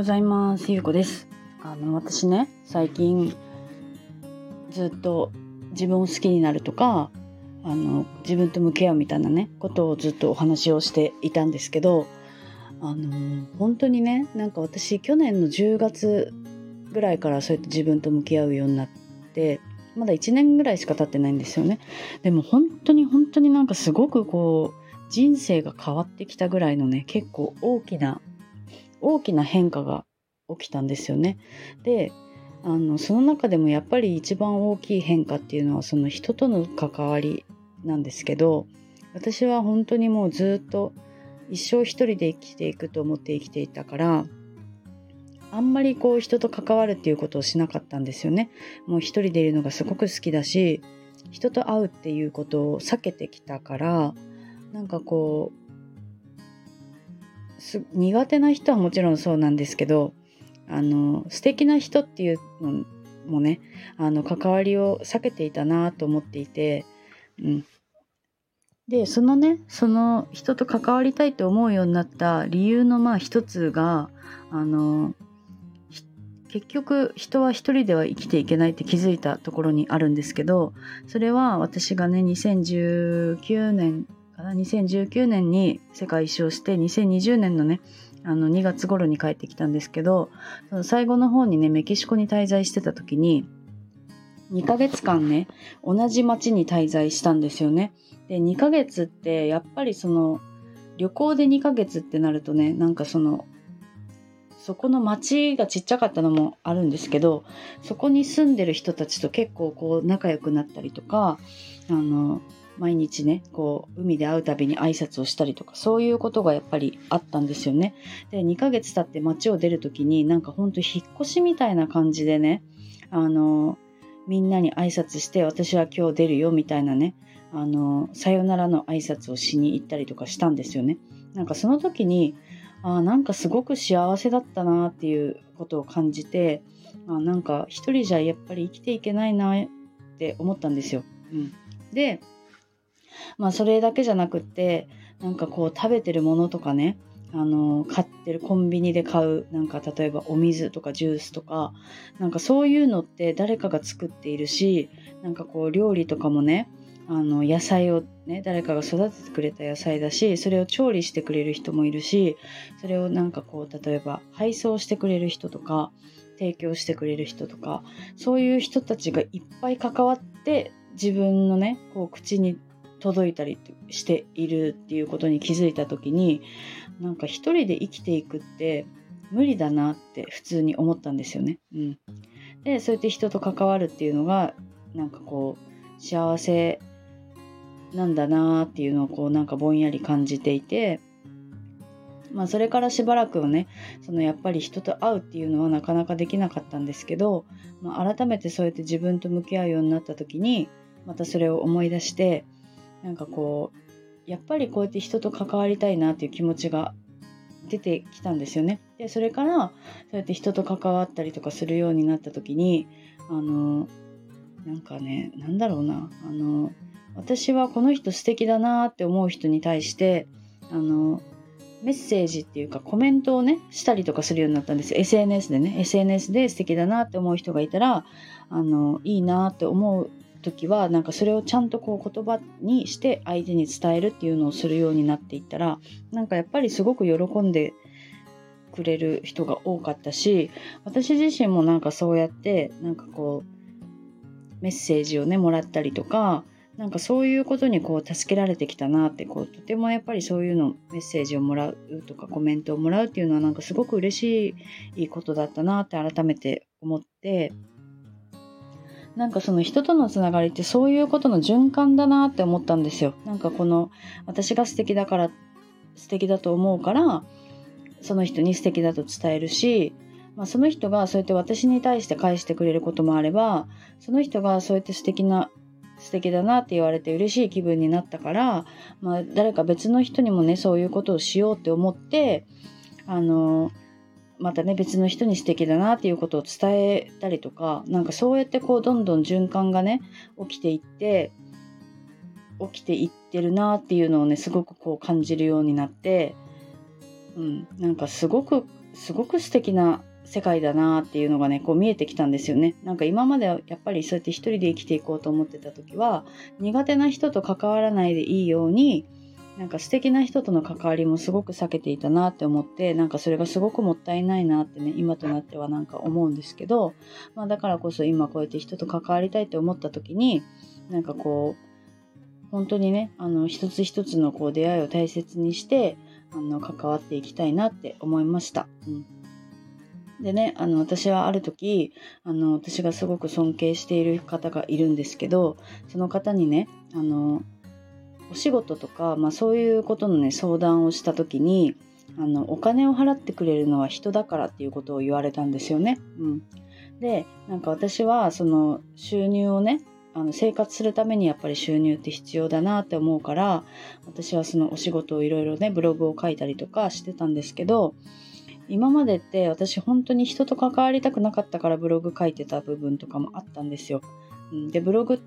ございます。ゆうこです。私ね、最近ずっと自分を好きになるとか、自分と向き合うみたいなね、ことをずっとお話をしていたんですけど、本当にね、なんか私去年の10月ぐらいからそうやって自分と向き合うようになって、まだ1年ぐらいしか経ってないんですよね。でも本当になんかすごく人生が変わってきたぐらいのね、結構大きな変化が起きたんですよね。で、その中でもやっぱり一番大きい変化っていうのはその人との関わりなんですけど、私は本当にもうずっと一生一人で生きていくと思って生きていたから、あんまり人と関わるっていうことをしなかったんですよね。もう一人でいるのがすごく好きだし、人と会うっていうことを避けてきたから、なんか苦手な人はもちろんそうなんですけど、素敵な人っていうのもね、関わりを避けていたなと思っていて、でその人と関わりたいと思うようになった理由の一つが、結局人は一人では生きていけないって気づいたところにあるんですけど、それは私がね2019年に世界一周をして、2020年のね2月頃に帰ってきたんですけど、その最後の方にねメキシコに滞在してた時に2ヶ月間ね同じ町に滞在したんですよね。で2ヶ月ってやっぱり旅行で2ヶ月ってなるとね、なんかそこの町がちっちゃかったのもあるんですけど、そこに住んでる人たちと結構仲良くなったりとか、毎日ね海で会うたびに挨拶をしたりとか、そういうことがやっぱりあったんですよね。で2ヶ月経って町を出るときになんかほんと引っ越しみたいな感じでね、みんなに挨拶して、私は今日出るよみたいなね、さよならの挨拶をしに行ったりとかしたんですよね。なんかその時になんかすごく幸せだったなっていうことを感じて、なんか一人じゃやっぱり生きていけないなって思ったんですよ。で、それだけじゃなくって、なんか食べてるものとかね、買ってるコンビニで買う、なんか例えばお水とかジュースとか、なんかそういうのって誰かが作っているし、なんか料理とかもね、野菜をね誰かが育ててくれた野菜だし、それを調理してくれる人もいるし、それをなんか例えば配送してくれる人とか提供してくれる人とか、そういう人たちがいっぱい関わって自分のね口に届いたりしているっていうことに気づいた時に、なんか一人で生きていくって無理だなって普通に思ったんですよね。でそうやって人と関わるっていうのがなんか幸せなんだなっていうのをなんかぼんやり感じていて、それからしばらくはね、やっぱり人と会うっていうのはなかなかできなかったんですけど、改めてそうやって自分と向き合うようになった時にまたそれを思い出して、なんかやっぱりこうやって人と関わりたいなっていう気持ちが出てきたんですよね。でそれからそうやって人と関わったりとかするようになった時に、なんかね、なんだろうな、私はこの人素敵だなって思う人に対してメッセージっていうかコメントをねしたりとかするようになったんです。 SNS で素敵だなって思う人がいたら、いいなって思う時はなんかそれをちゃんと言葉にして相手に伝えるっていうのをするようになっていったら、なんかやっぱりすごく喜んでくれる人が多かったし、私自身もなんかそうやってなんかメッセージをねもらったりとか、なんかそういうことに助けられてきたなってとてもやっぱりそういうのメッセージをもらうとかコメントをもらうっていうのはなんかすごく嬉しいことだったなって改めて思って、なんかその人とのつながりってそういうことの循環だなって思ったんですよ。なんか私が素敵だと思うからその人に素敵だと伝えるし、その人がそうやって私に対して返してくれることもあれば、その人がそうやって素敵だなって言われて嬉しい気分になったから、誰か別の人にもねそういうことをしようって思って、またね別の人に素敵だなっていうことを伝えたりとか、なんかそうやってどんどん循環がね起きていってるなっていうのをねすごく感じるようになって、なんかすごくすごく素敵な世界だなっていうのがねこう見えてきたんですよね。なんか今まではやっぱりそうやって一人で生きていこうと思ってた時は、苦手な人と関わらないでいいように、なんか素敵な人との関わりもすごく避けていたなって思って、なんかそれがすごくもったいないなってね今となってはなんか思うんですけど、だからこそ今こうやって人と関わりたいって思った時に、なんかこう本当にね一つ一つのこう出会いを大切にして関わっていきたいなって思いました。でね、私はある時私がすごく尊敬している方がいるんですけど、その方にねお仕事とか、そういうことのね相談をした時にお金を払ってくれるのは人だからっていうことを言われたんですよね。でなんか私はその収入をね生活するためにやっぱり収入って必要だなって思うから、私はそのお仕事をいろいろねブログを書いたりとかしてたんですけど、今までって私本当に人と関わりたくなかったからブログ書いてた部分とかもあったんですよ。でブログって、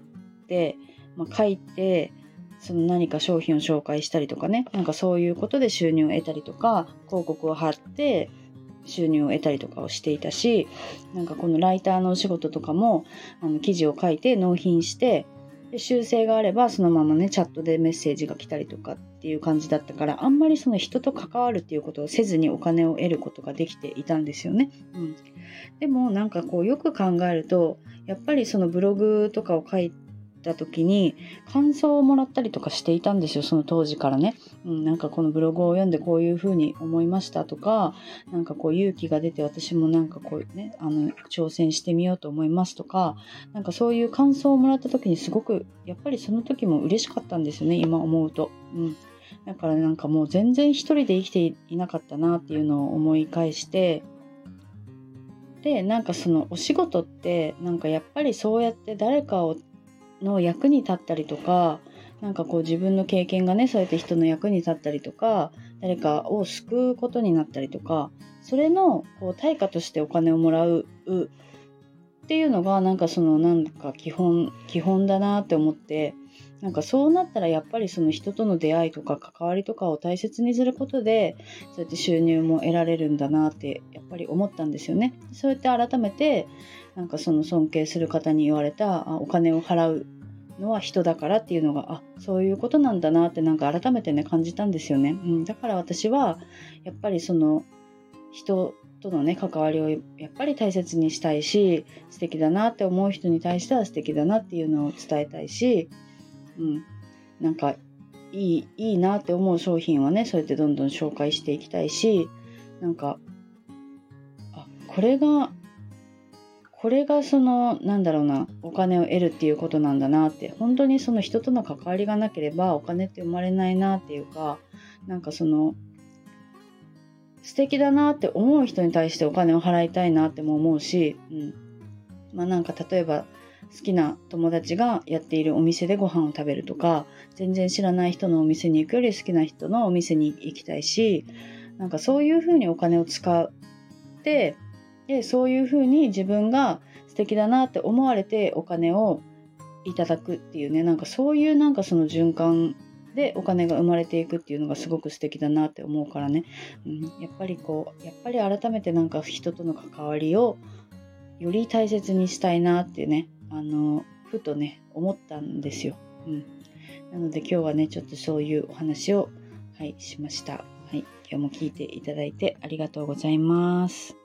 書いてその何か商品を紹介したりとかね、なんかそういうことで収入を得たりとか、広告を貼って収入を得たりとかをしていたし、なんかこのライターのお仕事とかも記事を書いて納品して、で修正があればそのままねチャットでメッセージが来たりとかっていう感じだったから、あんまりその人と関わるっていうことをせずにお金を得ることができていたんですよね。でもなんかこうよく考えると、やっぱりそのブログとかを書いた時に感想をもらったりとかしていたんですよ、その当時からね。なんかこのブログを読んでこういうふうに思いましたとか、なんかこう勇気が出て私もなんかこうね挑戦してみようと思いますとか、なんかそういう感想をもらった時にすごくやっぱりその時も嬉しかったんですよね、今思うと。だからなんかもう全然一人で生きていなかったなっていうのを思い返して、でなんかそのお仕事ってなんかやっぱりそうやって誰かの役に立ったりとか、なんかこう自分の経験がねそうやって人の役に立ったりとか、誰かを救うことになったりとか、それのこう対価としてお金をもらうっていうのがなんかそのなんか基本だなって思って、なんかそうなったらやっぱりその人との出会いとか関わりとかを大切にすることで、そうやって収入も得られるんだなってやっぱり思ったんですよね。そうやって改めてなんかその尊敬する方に言われたお金を払うのは人だからっていうのがそういうことなんだなってなんか改めてね感じたんですよね。だから私はやっぱりその人とのね関わりをやっぱり大切にしたいし、素敵だなって思う人に対しては素敵だなっていうのを伝えたいし、なんかいいなって思う商品はねそうやってどんどん紹介していきたいし、なんかこれがそのなんだろうな、お金を得るっていうことなんだなって、本当にその人との関わりがなければお金って生まれないなっていうか、なんかその素敵だなって思う人に対してお金を払いたいなっても思うし、なんか例えば好きな友達がやっているお店でご飯を食べるとか、全然知らない人のお店に行くより好きな人のお店に行きたいし、なんかそういう風にお金を使って、でそういう風に自分が素敵だなって思われてお金をいただくっていうね、なんかそういうなんかその循環でお金が生まれていくっていうのがすごく素敵だなって思うからね、やっぱり改めてなんか人との関わりをより大切にしたいなってね、ふとね思ったんですよ。なので今日はねちょっとそういうお話をしました。今日も聞いていただいてありがとうございます。